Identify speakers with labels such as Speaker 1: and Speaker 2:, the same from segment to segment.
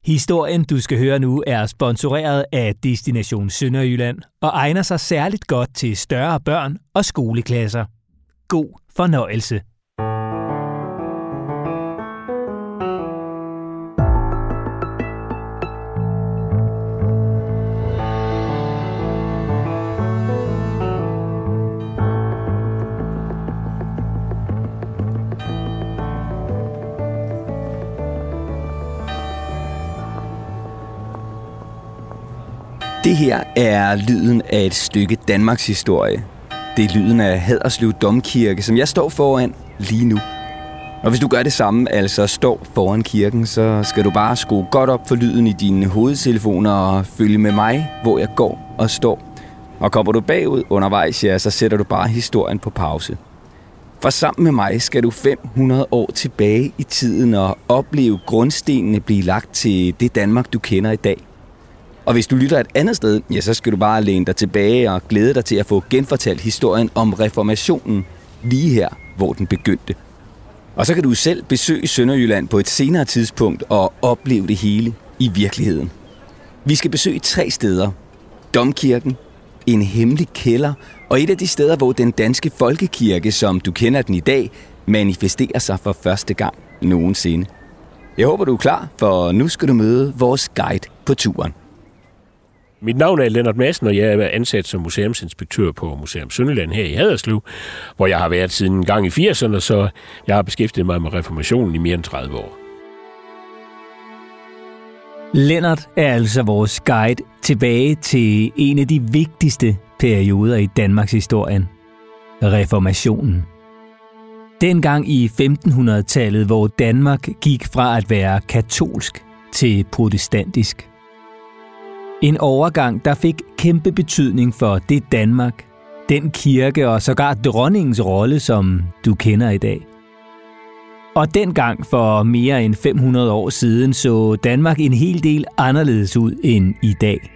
Speaker 1: Historien, du skal høre nu, er sponsoreret af Destination Sønderjylland og egner sig særligt godt til større børn og skoleklasser. God fornøjelse.
Speaker 2: Det her er lyden af et stykke Danmarks historie. Det er lyden af Haderslev Domkirke, som jeg står foran lige nu. Og hvis du gør det samme, altså står foran kirken, så skal du bare skrue godt op for lyden i dine hovedtelefoner og følge med mig, hvor jeg går og står. Og kommer du bagud undervejs, ja, så sætter du bare historien på pause. For sammen med mig skal du 500 år tilbage i tiden og opleve grundstenene blive lagt til det Danmark, du kender i dag. Og hvis du lytter et andet sted, ja, så skal du bare læne dig tilbage og glæde dig til at få genfortalt historien om reformationen lige her, hvor den begyndte. Og så kan du selv besøge Sønderjylland på et senere tidspunkt og opleve det hele i virkeligheden. Vi skal besøge 3 steder. Domkirken, en hemmelig kælder og et af de steder, hvor den danske folkekirke, som du kender den i dag, manifesterer sig for første gang nogensinde. Jeg håber, du er klar, for nu skal du møde vores guide på turen.
Speaker 3: Mit navn er Lennart Madsen, og jeg er ansat som museumsinspektør på Museum Sønderjylland her i Haderslev, hvor jeg har været siden en gang i 80'erne, så jeg har beskæftiget mig med reformationen i mere end 30 år.
Speaker 1: Lennart er altså vores guide tilbage til en af de vigtigste perioder i Danmarks historien, reformationen. Dengang i 1500-tallet, hvor Danmark gik fra at være katolsk til protestantisk. En overgang, der fik kæmpe betydning for det Danmark, den kirke og sågar dronningens rolle, som du kender i dag. Og dengang for mere end 500 år siden så Danmark en hel del anderledes ud end i dag.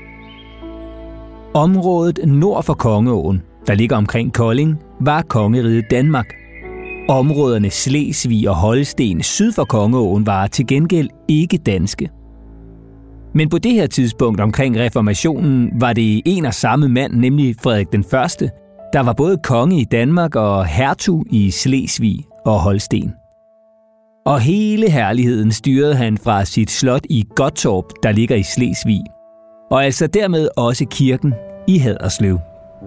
Speaker 1: Området nord for Kongeåen, der ligger omkring Kolding, var kongeriget Danmark. Områderne Slesvig og Holsten syd for Kongeåen var til gengæld ikke danske. Men på det her tidspunkt omkring reformationen var det en og samme mand, nemlig Frederik den Første, der var både konge i Danmark og hertug i Slesvig og Holsten. Og hele herligheden styrede han fra sit slot i Gottorp, der ligger i Slesvig, og altså dermed også kirken i Haderslev.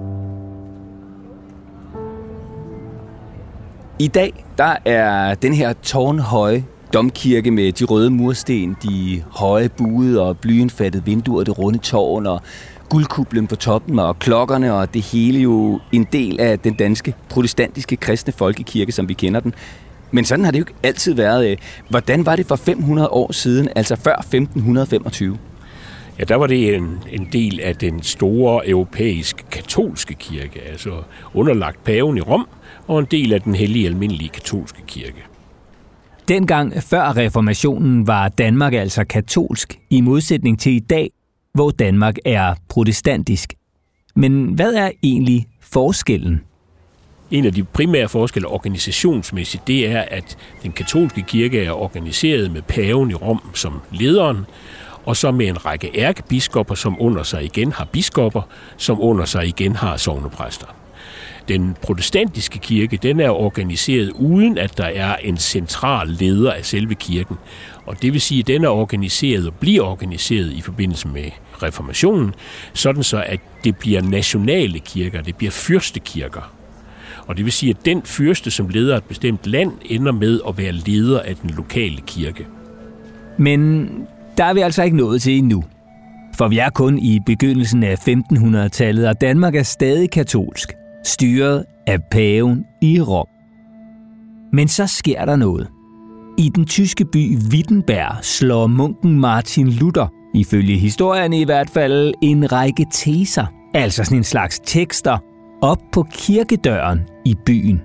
Speaker 2: I dag der er den her tårnhøje domkirke med de røde mursten, de høje buede og blyindfattede vinduer, det runde tårn og guldkuplen på toppen og klokkerne og det hele jo en del af den danske protestantiske kristne folkekirke, som vi kender den. Men sådan har det jo ikke altid været. Hvordan var det for 500 år siden, altså før 1525?
Speaker 3: Ja, der var det en del af den store europæiske katolske kirke, altså underlagt paven i Rom, og en del af den hellige almindelige katolske kirke.
Speaker 1: Dengang før reformationen var Danmark altså katolsk, i modsætning til i dag, hvor Danmark er protestantisk. Men hvad er egentlig forskellen?
Speaker 3: En af de primære forskelle organisationsmæssigt, det er, at den katolske kirke er organiseret med paven i Rom som lederen, og så med en række ærkebiskopper, som under sig igen har biskopper, som under sig igen har sognepræster. Den protestantiske kirke, den er organiseret uden, at der er en central leder af selve kirken. Og det vil sige, at den er organiseret og bliver organiseret i forbindelse med reformationen, sådan så, at det bliver nationale kirker, det bliver fyrstekirker. Og det vil sige, at den fyrste, som leder et bestemt land, ender med at være leder af den lokale kirke.
Speaker 1: Men der er vi altså ikke nået til endnu. For vi er kun i begyndelsen af 1500-tallet, og Danmark er stadig katolsk, styret af paven i Rom. Men så sker der noget. I den tyske by Wittenberg slår munken Martin Luther, ifølge historierne i hvert fald, en række teser, altså sådan en slags tekster, op på kirkedøren i byen.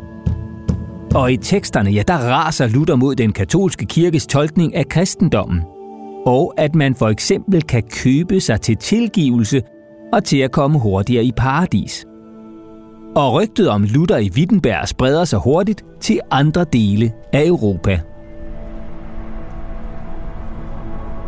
Speaker 1: Og i teksterne, ja, der raser Luther mod den katolske kirkes tolkning af kristendommen. Og at man for eksempel kan købe sig til tilgivelse og til at komme hurtigere i paradis. Og rygtet om Luther i Wittenberg spreder sig hurtigt til andre dele af Europa.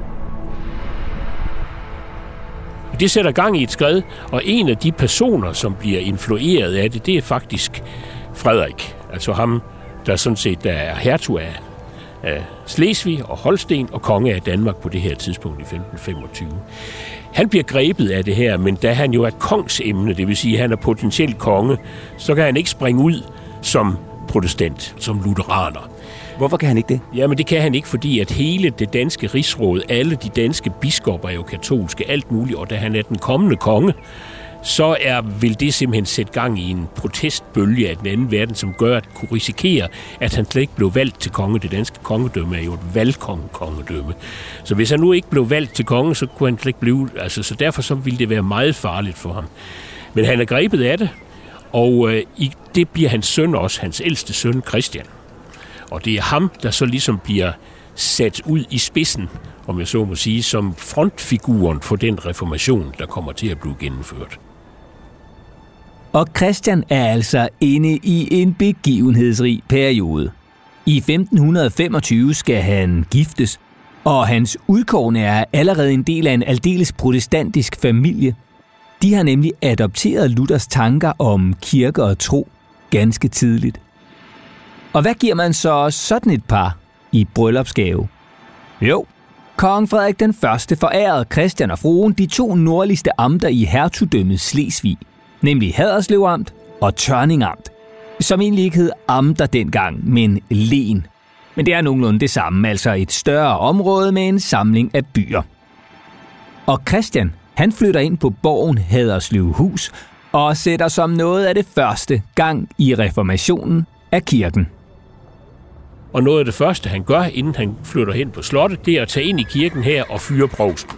Speaker 3: Det sætter gang i et skred, og en af de personer, som bliver influeret af det, det er faktisk Frederik. Altså ham, der sådan set der er hertug af Slesvig og Holsten og konge af Danmark på det her tidspunkt i 1525. Han bliver grebet af det her, men da han jo er kongsemne, det vil sige, at han er potentielt konge, så kan han ikke springe ud som protestant, som lutheraner.
Speaker 2: Hvorfor kan han ikke det?
Speaker 3: Jamen det kan han ikke, fordi at hele det danske rigsråd, alle de danske biskopper er jo katolske, alt muligt, og da han er den kommende konge, så vil det simpelthen sætte gang i en protestbølge af den anden verden, som gør, at kunne risikere, at han slet ikke blev valgt til konge. Det danske kongedømme er jo et valgkongedømme. Så hvis han nu ikke blev valgt til konge, så kunne han slet ikke blive... Altså, så derfor så ville det være meget farligt for ham. Men han er grebet af det, og det bliver hans søn også, hans ældste søn, Christian. Og det er ham, der så ligesom bliver sat ud i spidsen, om jeg så må sige, som frontfiguren for den reformation, der kommer til at blive gennemført.
Speaker 1: Og Christian er altså inde i en begivenhedsrig periode. I 1525 skal han giftes, og hans udkårne er allerede en del af en aldeles protestantisk familie. De har nemlig adopteret Luthers tanker om kirke og tro ganske tidligt. Og hvad giver man så sådan et par i bryllupsgave? Jo, kong Frederik den Første forærede Christian og fruen de 2 nordligste amter i hertugdømmet Slesvig, nemlig Haderslev Amt og Tørning Amt, som egentlig ikke hed amter dengang, men len. Men det er nogenlunde det samme, altså et større område med en samling af byer. Og Christian, han flytter ind på borgen Haderslevhus og sætter som noget af det første gang i reformationen af kirken.
Speaker 3: Og noget af det første, han gør, inden han flytter hen på slottet, det er at tage ind i kirken her og fyre provsten.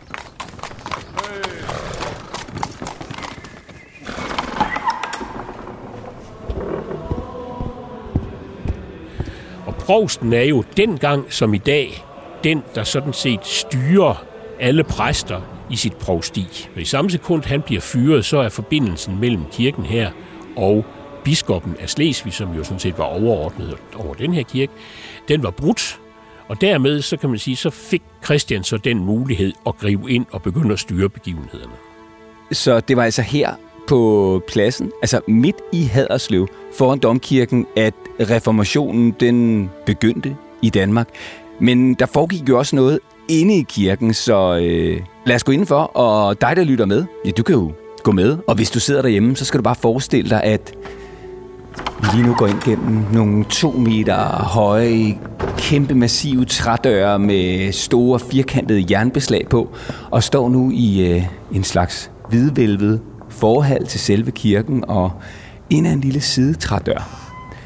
Speaker 3: Og provsten er jo dengang som i dag, den, der sådan set styrer alle præster i sit provsti. Og i samme sekund, han bliver fyret, så er forbindelsen mellem kirken her og biskoppen af Slesvig, som jo sådan set var overordnet over den her kirke, den var brudt, og dermed, så kan man sige, så fik Christian så den mulighed at gribe ind og begynde at styre begivenhederne.
Speaker 2: Så det var altså her på pladsen, altså midt i Haderslev, foran domkirken, at reformationen, den begyndte i Danmark. Men der foregik jo også noget inde i kirken, så lad os gå indenfor, og dig, der lytter med, ja, du kan jo gå med, og hvis du sidder derhjemme, så skal du bare forestille dig, at vi lige nu går ind gennem nogle 2 meter høje, kæmpe massive trædøre med store firkantede jernbeslag på, og står nu i en slags hvidvælvet forhal til selve kirken, og ind ad en lille sidetrædør.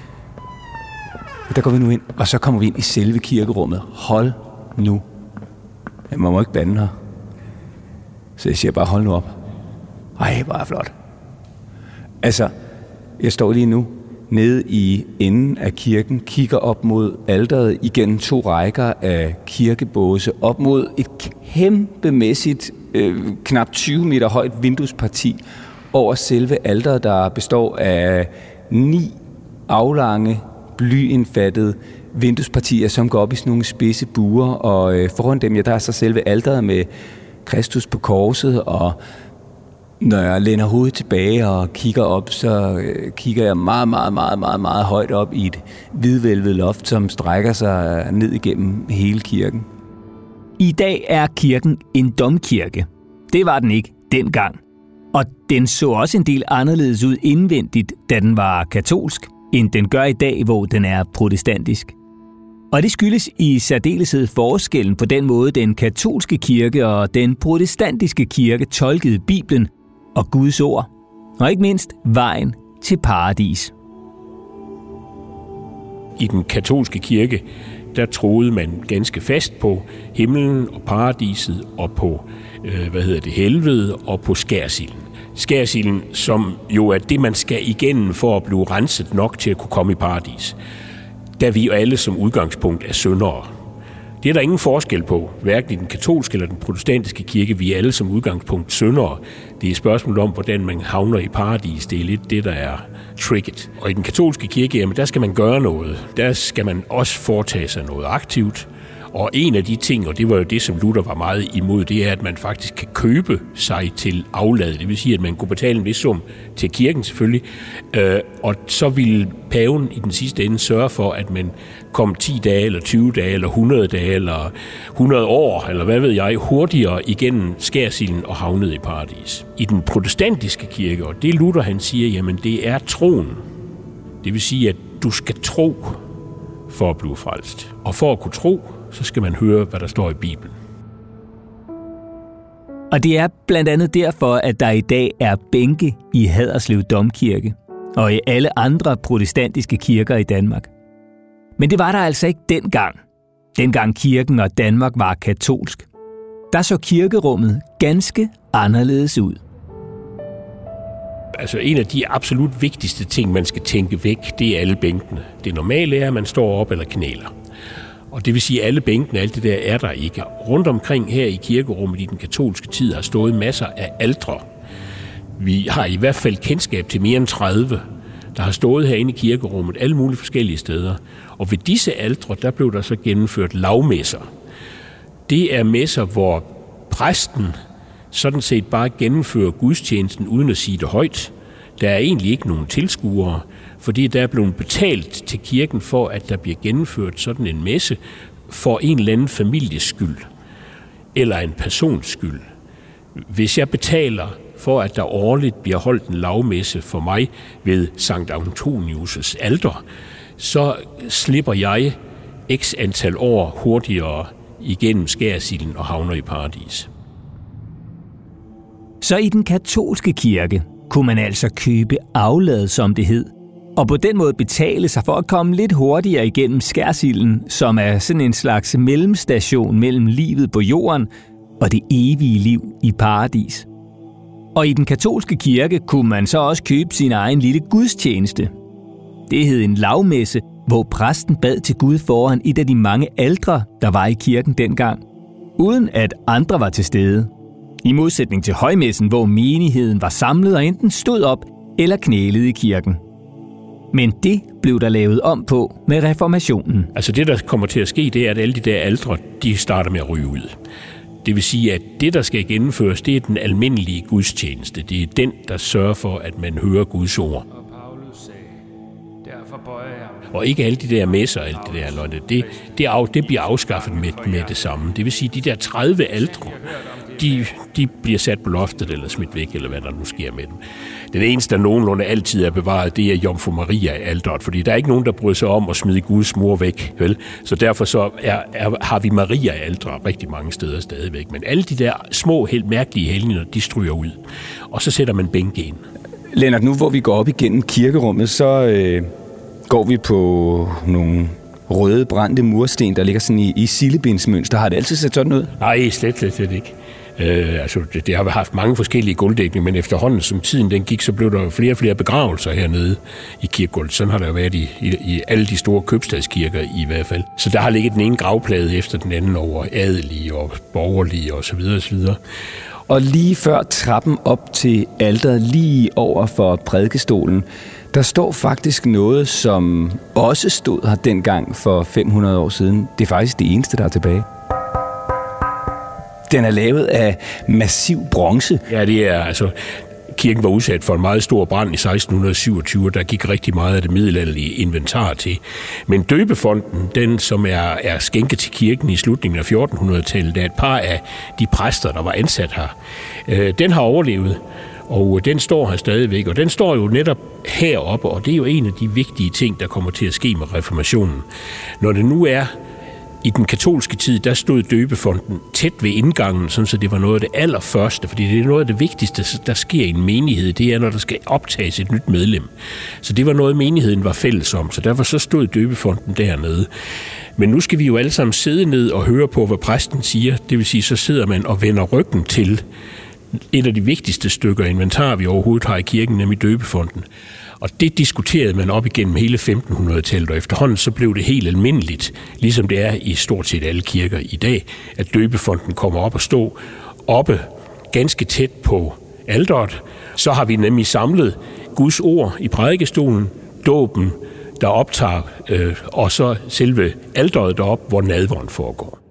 Speaker 2: Der går vi nu ind, og så kommer vi ind i selve kirkerummet. Hold nu. Man må ikke bande her. Så jeg siger bare, hold nu op. Ej, hvor er flot. Altså, jeg står lige nu nede i enden af kirken, kigger op mod alteret igennem 2 rækker af kirkebåse, op mod et kæmpemæssigt, knap 20 meter højt vinduesparti over selve alteret, der består af 9 aflange, blyindfattede vinduespartier, som går op i sådan nogle spidse buer, og foran dem, ja, der er så selve alteret med Kristus på korset, og når jeg læner hovedet tilbage og kigger op, så kigger jeg meget, meget, meget, meget, meget højt op i et hvidvælvet loft, som strækker sig ned igennem hele kirken.
Speaker 1: I dag er kirken en domkirke. Det var den ikke dengang. Og den så også en del anderledes ud indvendigt, da den var katolsk, end den gør i dag, hvor den er protestantisk. Og det skyldes i særdeleshed forskellen på den måde, den katolske kirke og den protestantiske kirke tolkede Bibelen og Guds ord, og ikke mindst vejen til paradis.
Speaker 3: I den katolske kirke, der troede man ganske fast på himlen og paradiset og på helvede og på skærsilden. Skærsilden, som jo er det, man skal igennem for at blive renset nok til at kunne komme i paradis. Da vi jo alle som udgangspunkt er syndere. Det er der ingen forskel på, hverken i den katolske eller den protestantiske kirke. Vi er alle som udgangspunkt syndere. Det er et spørgsmål om, hvordan man havner i paradis. Det er lidt det, der er tricket. Og i den katolske kirke, jamen, der skal man gøre noget. Der skal man også foretage sig noget aktivt. Og en af de ting, og det var jo det, som Luther var meget imod, det er, at man faktisk kan købe sig til aflad. Det vil sige, at man kunne betale en vis sum til kirken selvfølgelig, og så ville paven i den sidste ende sørge for, at man kom 10 dage, eller 20 dage, eller 100 dage, eller 100 år, eller hvad ved jeg, hurtigere igennem skærsilden og havnede i paradis. I den protestantiske kirke, og det Luther han siger, jamen det er troen. Det vil sige, at du skal tro for at blive frelst. Og for at kunne tro, så skal man høre, hvad der står i Bibelen.
Speaker 1: Og det er blandt andet derfor, at der i dag er bænke i Haderslev Domkirke og i alle andre protestantiske kirker i Danmark. Men det var der altså ikke dengang. Dengang kirken og Danmark var katolsk. Der så kirkerummet ganske anderledes ud.
Speaker 3: Altså en af de absolut vigtigste ting, man skal tænke væk, det er alle bænkene. Det normale er, at man står op eller knæler. Og det vil sige, at alle bænkene, alt det der er der ikke. Rundt omkring her i kirkerummet i den katolske tid har stået masser af altre. Vi har i hvert fald kendskab til mere end 30, der har stået herinde i kirkerummet alle mulige forskellige steder. Og ved disse altre, der blev der så gennemført lavmesser. Det er messer, hvor præsten sådan set bare gennemfører gudstjenesten uden at sige det højt. Der er egentlig ikke nogen tilskuere, fordi der er blevet betalt til kirken for, at der bliver gennemført sådan en messe for en eller anden families skyld, eller en persons skyld. Hvis jeg betaler for, at der årligt bliver holdt en lavmesse for mig ved Sankt Antonius' alter, så slipper jeg x antal år hurtigere igennem skærsilden og havner i paradis.
Speaker 1: Så i den katolske kirke kunne man altså købe aflad, som det hed, og på den måde betale sig for at komme lidt hurtigere igennem skærsilden, som er sådan en slags mellemstation mellem livet på jorden og det evige liv i paradis. Og i den katolske kirke kunne man så også købe sin egen lille gudstjeneste. Det hed en lavmesse, hvor præsten bad til Gud foran et af de mange altre, der var i kirken dengang, uden at andre var til stede. I modsætning til højmessen, hvor menigheden var samlet og enten stod op eller knælede i kirken. Men det blev der lavet om på med reformationen.
Speaker 3: Altså det, der kommer til at ske, det er, at alle de der altre, de starter med at ryge ud. Det vil sige, at det, der skal gennemføres, det er den almindelige gudstjeneste. Det er den, der sørger for, at man hører Guds ord.
Speaker 4: Og Paulus sagde, derfor bøjer jeg.
Speaker 3: Og ikke alle de der messer, alt det der lønne, det bliver afskaffet med det samme. Det vil sige, at de der 30 altre, de bliver sat på loftet eller smidt væk, eller hvad der nu sker med dem. Den eneste, der nogenlunde altid er bevaret, det er Jomfru Maria i alteret, fordi der er ikke nogen, der bryder sig om at smide Guds mor væk, vel? Så derfor så har vi Maria i alteret rigtig mange steder stadigvæk. Men alle de der små, helt mærkelige helgener, de stryger ud. Og så sætter man bænke ind.
Speaker 2: Lennart, nu hvor vi går op igennem kirkerummet, så går vi på nogle røde, brændte mursten, der ligger sådan i sildebindsmønster. Har det altid set sådan ud?
Speaker 3: Nej, slet ikke. Det har haft mange forskellige gulvdækninger, men efterhånden, som tiden den gik, så blev der flere og flere begravelser hernede i kirkegulvet. Sådan har der jo været i alle de store købstadskirker i hvert fald. Så der har ligget den ene gravplade efter den anden over adelige og borgerlige osv. osv.
Speaker 2: Og lige før trappen op til alteret, lige over for prædikestolen, der står faktisk noget, som også stod her dengang for 500 år siden. Det er faktisk det eneste, der er tilbage. Den er lavet af massiv bronze.
Speaker 3: Ja, det er altså... Kirken var udsat for en meget stor brand i 1627, der gik rigtig meget af det middelalderlige inventar til. Men døbefonten, den som er skænket til kirken i slutningen af 1400-tallet, der er et par af de præster, der var ansat her, den har overlevet, og den står her stadigvæk. Og den står jo netop heroppe, og det er jo en af de vigtige ting, der kommer til at ske med reformationen. Når det nu er i den katolske tid, der stod døbefonten tæt ved indgangen, sådan så det var noget af det allerførste, fordi det er noget af det vigtigste, der sker i en menighed, det er, når der skal optages et nyt medlem. Så det var noget, menigheden var fælles om, så derfor så stod døbefonten dernede. Men nu skal vi jo alle sammen sidde ned og høre på, hvad præsten siger. Det vil sige, så sidder man og vender ryggen til et af de vigtigste stykker inventar, vi overhovedet har i kirken, nemlig døbefonten. Og det diskuterede man op igennem hele 1500-tallet, og efterhånden så blev det helt almindeligt, ligesom det er i stort set alle kirker i dag, at døbefonten kommer op og stå oppe ganske tæt på alteret. Så har vi nemlig samlet Guds ord i prædikestolen, dåben, der optager, og så selve alteret derop, hvor nadveren foregår.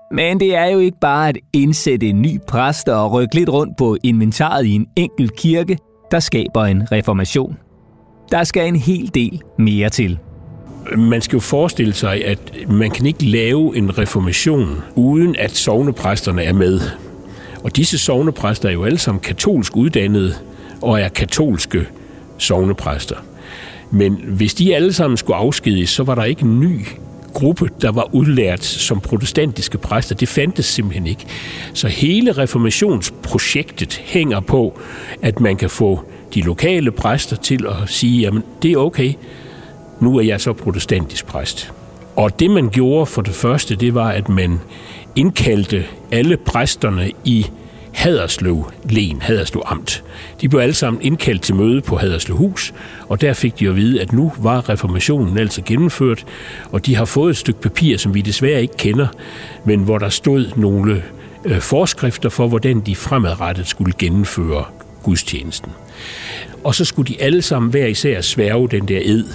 Speaker 1: Men det er jo ikke bare at indsætte en ny præst og rykke lidt rundt på inventaret i en enkelt kirke, der skaber en reformation. Der skal en hel del mere til.
Speaker 3: Man skal jo forestille sig, at man kan ikke lave en reformation, uden at sognepræsterne er med. Og disse sognepræster er jo alle sammen katolsk uddannede og er katolske sognepræster. Men hvis de alle sammen skulle afskediges, så var der ikke en ny gruppe, der var udlært som protestantiske præster. Det fandtes simpelthen ikke. Så hele reformationsprojektet hænger på, at man kan få de lokale præster til at sige, jamen det er okay, nu er jeg så protestantisk præst. Og det man gjorde for det første, det var, at man indkaldte alle præsterne i Haderslev Len, Haderslev Amt. De blev alle sammen indkaldt til møde på Haderslevhus, og der fik de at vide, at nu var reformationen altså gennemført, og de har fået et stykke papir, som vi desværre ikke kender, men hvor der stod nogle forskrifter for, hvordan de fremadrettet skulle gennemføre gudstjenesten. Og så skulle de alle sammen hver især sværge den der ed.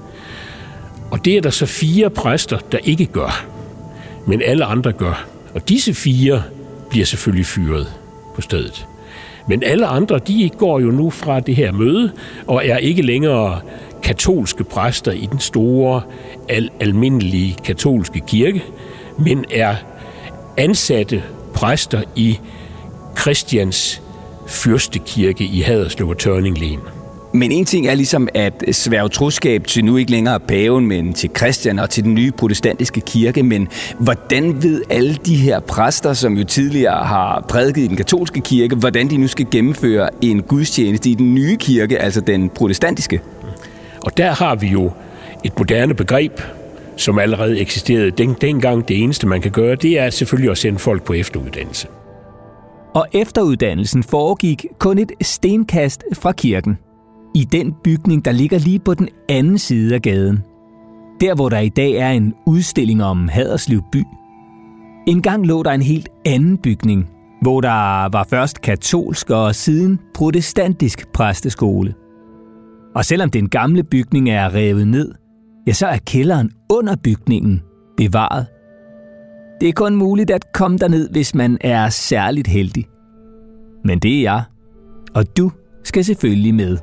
Speaker 3: Og det er der så 4 præster, der ikke gør, men alle andre gør. Og disse 4 bliver selvfølgelig fyret på stedet. Men alle andre, de går jo nu fra det her møde, og er ikke længere katolske præster i den store, almindelige katolske kirke, men er ansatte præster i Christians fyrstekirke i Haderslev og Tørning Len.
Speaker 2: Men en ting er ligesom at sværge troskab til nu ikke længere paven, men til Christian og til den nye protestantiske kirke. Men hvordan ved alle de her præster, som jo tidligere har prædiket i den katolske kirke, hvordan de nu skal gennemføre en gudstjeneste i den nye kirke, altså den protestantiske?
Speaker 3: Og der har vi jo et moderne begreb, som allerede eksisterede dengang. Det eneste, man kan gøre, det er selvfølgelig at sende folk på efteruddannelse.
Speaker 1: Og efteruddannelsen foregik kun et stenkast fra kirken. I den bygning, der ligger lige på den anden side af gaden. Der, hvor der i dag er en udstilling om Haderslev by. Engang lå der en helt anden bygning, hvor der var først katolsk og siden protestantisk præsteskole. Og selvom den gamle bygning er revet ned, ja, så er kælderen under bygningen bevaret. Det er kun muligt at komme derned, hvis man er særligt heldig. Men det er jeg, og du skal selvfølgelig med.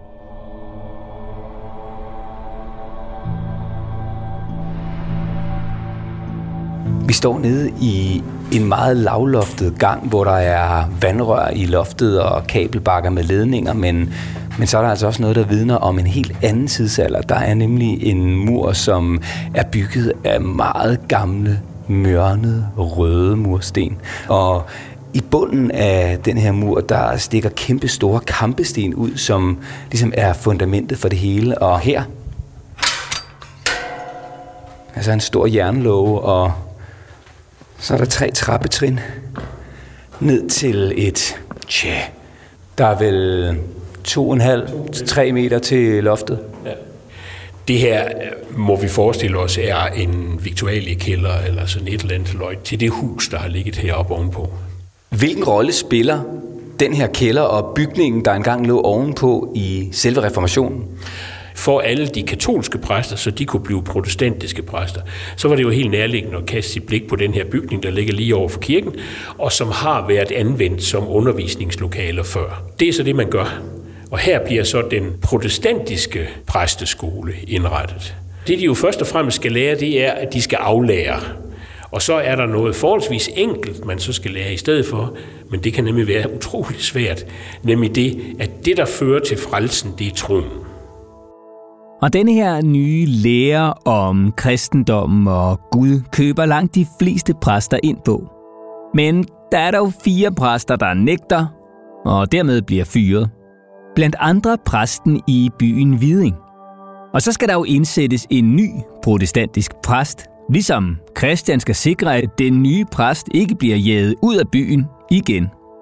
Speaker 2: Vi står nede i en meget lavloftet gang, hvor der er vandrør i loftet og kabelbakker med ledninger, men så er der altså også noget, der vidner om en helt anden tidsalder. Der er nemlig en mur, som er bygget af meget gamle, mørnede, røde mursten. Og i bunden af den her mur, der stikker kæmpe store kampesten ud, som ligesom er fundamentet for det hele. Og her er så en stor jernlåge, og så er der 3 trappetrin ned til et, der er vel 2,5-3 meter til loftet. Ja.
Speaker 3: Det her må vi forestille os er en viktualiekælder eller sådan et eller andet løjt til det hus, der har ligget heroppe ovenpå.
Speaker 2: Hvilken rolle spiller den her kælder og bygningen, der engang lå ovenpå i selve reformationen?
Speaker 3: For alle de katolske præster, så de kunne blive protestantiske præster, så var det jo helt nærliggende at kaste sit blik på den her bygning, der ligger lige over for kirken, og som har været anvendt som undervisningslokaler før. Det er så det, man gør. Og her bliver så den protestantiske præsteskole indrettet. Det, de jo først og fremmest skal lære, det er, at de skal aflære. Og så er der noget forholdsvis enkelt, man så skal lære i stedet for, men det kan nemlig være utroligt svært, nemlig det, at det, der fører til frelsen, det er troen.
Speaker 1: Og denne her nye lære om kristendommen og Gud køber langt de fleste præster ind på. Men der er dog 4 præster, der nægter, og dermed bliver fyret. Blandt andre præsten i byen Hviding. Og så skal der jo indsættes en ny protestantisk præst, ligesom Christian skal sikre, at den nye præst ikke bliver jaget ud af byen igen.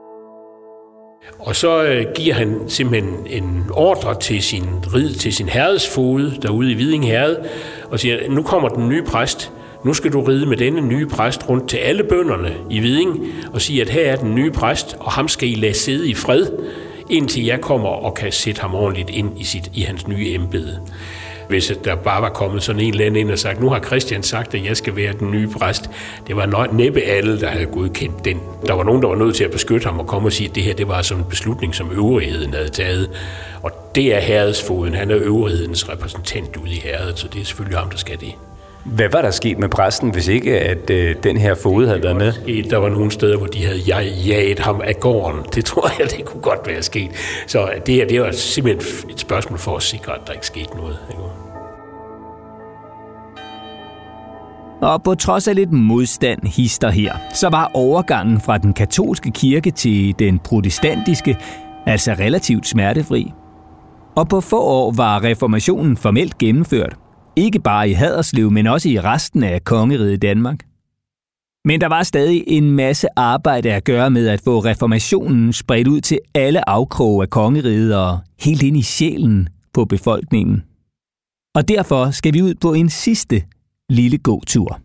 Speaker 3: Og så giver han simpelthen en ordre til sin herredsfoged derude i Hviding Herred, og siger, nu kommer den nye præst. Nu skal du ride med denne nye præst rundt til alle bønderne i Hviding, og sige, at her er den nye præst, og ham skal I lade sidde i fred, indtil jeg kommer og kan sætte ham ordentligt ind i hans nye embede. hvis der bare var kommet sådan en eller anden ind og sagt, nu har Christian sagt, at jeg skal være den nye præst. Det var næppe alle, der havde godkendt den. Der var nogen, der var nødt til at beskytte ham og komme og sige, at det her det var sådan en beslutning, som øvrigheden havde taget. Og det er herredsfogeden. Han er øvrighedens repræsentant ude i herredet, så det er selvfølgelig ham, der skal det.
Speaker 5: Hvad var der sket med præsten, hvis ikke at den her foged havde været med?
Speaker 3: Der var nogle steder, hvor de havde jaget ham af gården. Det tror jeg, det kunne godt være sket. Så det var simpelthen et spørgsmål for at sikre, at der ikke skete noget.
Speaker 1: Og på trods af lidt modstand hister her, så var overgangen fra den katolske kirke til den protestantiske altså relativt smertefri. Og på få år var reformationen formelt gennemført. Ikke bare i Haderslev, men også i resten af kongeriget Danmark. Men der var stadig en masse arbejde at gøre med at få reformationen spredt ud til alle afkroge af kongeriget og helt ind i sjælen på befolkningen. Og derfor skal vi ud på en sidste lille gåtur.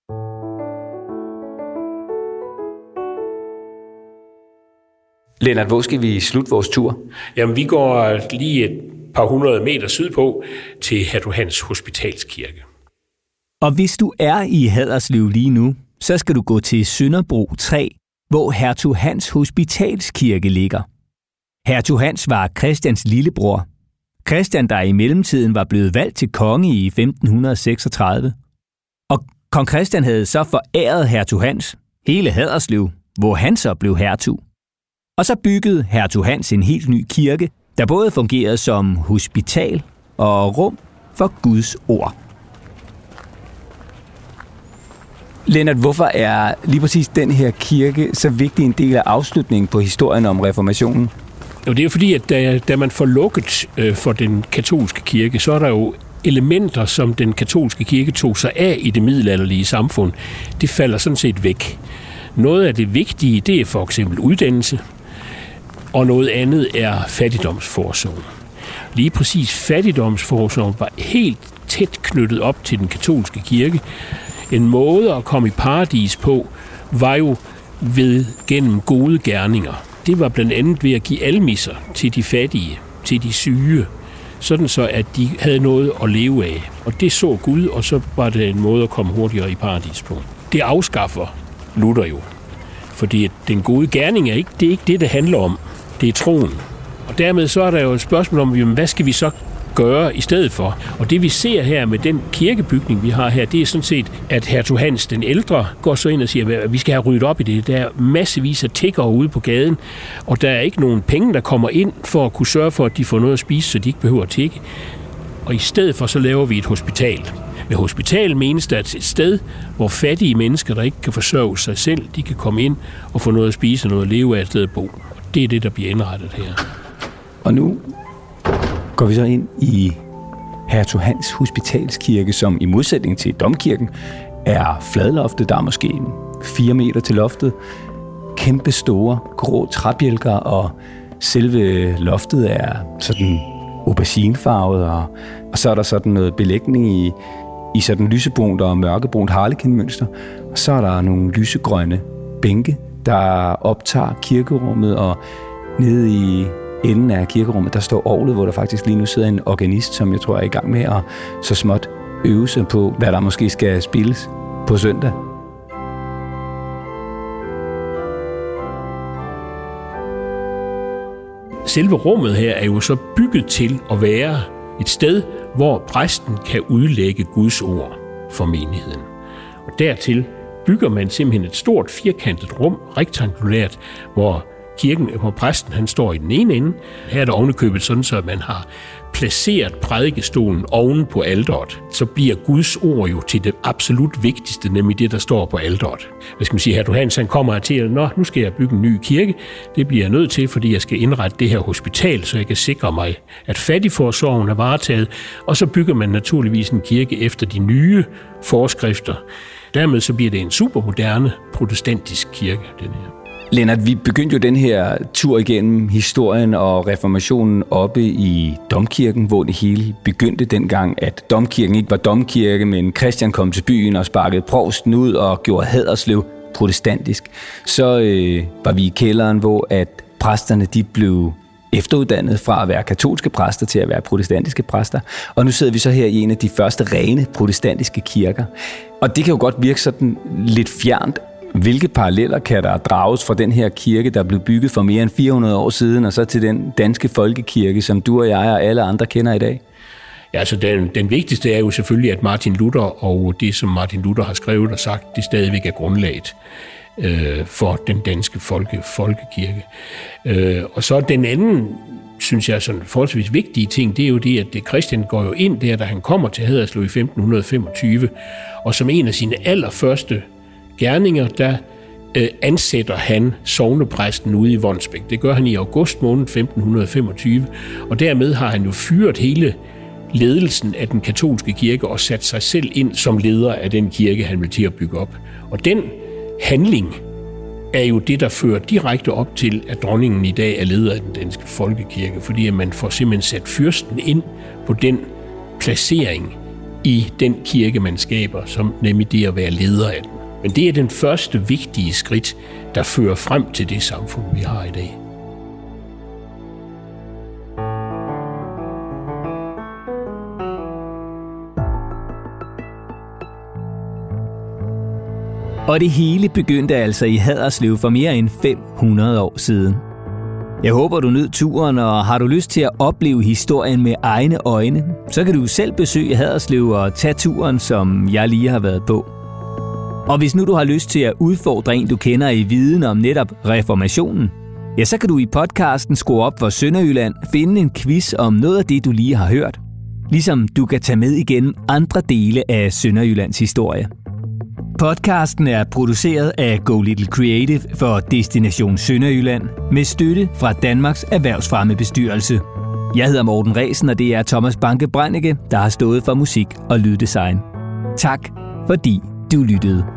Speaker 5: Lennart, hvor skal vi slutte vores tur?
Speaker 3: Jamen, vi går lige et par 100 meter sydpå til Hertug Hans Hospitalskirke.
Speaker 1: Og hvis du er i Haderslev lige nu, så skal du gå til Sønderbro 3, hvor Hertug Hans Hospitalskirke ligger. Hertug Hans var Christians lillebror. Christian, der i mellemtiden var blevet valgt til konge i 1536. Og kong Christian havde så foræret Hertug Hans hele Haderslev, hvor han så blev hertug. Og så byggede Hertug Hans en helt ny kirke, der både fungerede som hospital og rum for Guds ord.
Speaker 2: Lennart, hvorfor er lige præcis den her kirke så vigtig en del af afslutningen på historien om reformationen?
Speaker 3: Jo, det er fordi, at da man får lukket for den katolske kirke, så er der jo elementer, som den katolske kirke tog sig af i det middelalderlige samfund. Det falder sådan set væk. Noget af det vigtige, det er for eksempel uddannelse, og noget andet er fattigdomsforsorg. Lige præcis fattigdomsforsorg var helt tæt knyttet op til den katolske kirke. En måde at komme i paradis på var jo gennem gode gerninger. Det var blandt andet ved at give almisser til de fattige, til de syge, sådan så at de havde noget at leve af. Og det så Gud, og så var det en måde at komme hurtigere i paradis på. Det afskaffer Luther jo, fordi den gode gerning er ikke det handler om. Det er troen. Og dermed så er der jo et spørgsmål om, hvad skal vi så gøre i stedet for? Og det vi ser her med den kirkebygning, vi har her, det er sådan set, at Hertug Hans den ældre går så ind og siger, at vi skal have ryddet op i det. Der er massevis af tiggere ude på gaden, og der er ikke nogen penge, der kommer ind for at kunne sørge for, at de får noget at spise, så de ikke behøver at tigge. Og i stedet for, så laver vi et hospital. Med hospital menes der et sted, hvor fattige mennesker, der ikke kan forsørge sig selv, de kan komme ind og få noget at spise og noget at leve af et sted at bo. Det er det, der bliver indrettet her.
Speaker 2: Og nu går vi så ind i Hertug Hans Hospitalskirke, som i modsætning til domkirken er fladloftet. Der er måske 4 meter til loftet. Kæmpe store grå træbjælker, og selve loftet er sådan auberginefarvet, og så er der sådan noget belægning i sådan lysebrunt og mørkebrunt harlekinmønster. Og så er der nogle lysegrønne bænke, der optager kirkerummet, og nede i enden af kirkerummet, der står orglet, hvor der faktisk lige nu sidder en organist, som jeg tror er i gang med at så småt øve sig på, hvad der måske skal spilles på søndag.
Speaker 3: Selve rummet her er jo så bygget til at være et sted, hvor præsten kan udlægge Guds ord for menigheden. Og dertil bygger man simpelthen et stort firkantet rum, rektangulært, hvor præsten han står i den ene ende. Her er der ovenikøbet sådan, så man har placeret prædikestolen oven på alteret. Så bliver Guds ord jo til det absolut vigtigste, nemlig det, der står på alteret. Hvad skal man sige, Hertug Hans han kommer til, nu skal jeg bygge en ny kirke. Det bliver jeg nødt til, fordi jeg skal indrette det her hospital, så jeg kan sikre mig, at fattigforsorgen er varetaget. Og så bygger man naturligvis en kirke efter de nye forskrifter. Dermed så bliver det en supermoderne protestantisk kirke, den her.
Speaker 2: Lennart, vi begyndte jo den her tur igennem historien og reformationen oppe i domkirken, hvor det hele begyndte dengang, at domkirken ikke var domkirke, men Christian kom til byen og sparkede provsten ud og gjorde Haderslev protestantisk. Så var vi i kælderen, hvor at præsterne de blev efteruddannet fra at være katolske præster til at være protestantiske præster. Og nu sidder vi så her i en af de første rene protestantiske kirker. Og det kan jo godt virke sådan lidt fjernt. Hvilke paralleller kan der drages fra den her kirke, der blev bygget for mere end 400 år siden, og så til den danske folkekirke, som du og jeg og alle andre kender i dag?
Speaker 3: Ja, altså den vigtigste er jo selvfølgelig, at Martin Luther og det, som Martin Luther har skrevet og sagt, det stadigvæk er grundlaget for den danske folkekirke. Og så den anden, synes jeg, sådan forholdsvis vigtige ting, det er jo det, at Christian går jo ind der, da han kommer til Haderslev i 1525, og som en af sine allerførste gerninger, der ansætter han sognepræsten ude i Vonsbæk. Det gør han i august måned 1525, og dermed har han jo fyret hele ledelsen af den katolske kirke og sat sig selv ind som leder af den kirke, han vil til at bygge op. Og den handling er jo det, der fører direkte op til, at dronningen i dag er leder af den danske folkekirke, fordi at man får simpelthen sat fyrsten ind på den placering i den kirke, man skaber, som nemlig det at være leder af den. Men det er den første vigtige skridt, der fører frem til det samfund, vi har i dag.
Speaker 1: Og det hele begyndte altså i Haderslev for mere end 500 år siden. Jeg håber, du nød turen, og har du lyst til at opleve historien med egne øjne, så kan du selv besøge Haderslev og tage turen, som jeg lige har været på. Og hvis nu du har lyst til at udfordre en, du kender i viden om netop reformationen, ja, så kan du i podcasten Skrue op for Sønderjylland finde en quiz om noget af det, du lige har hørt. Ligesom du kan tage med igennem andre dele af Sønderjyllands historie. Podcasten er produceret af Go Little Creative for Destination Sønderjylland med støtte fra Danmarks Erhvervsfremmebestyrelse. Jeg hedder Morten Ræsen, og det er Thomas Banke Brennecke, der har stået for musik og lyddesign. Tak fordi du lyttede.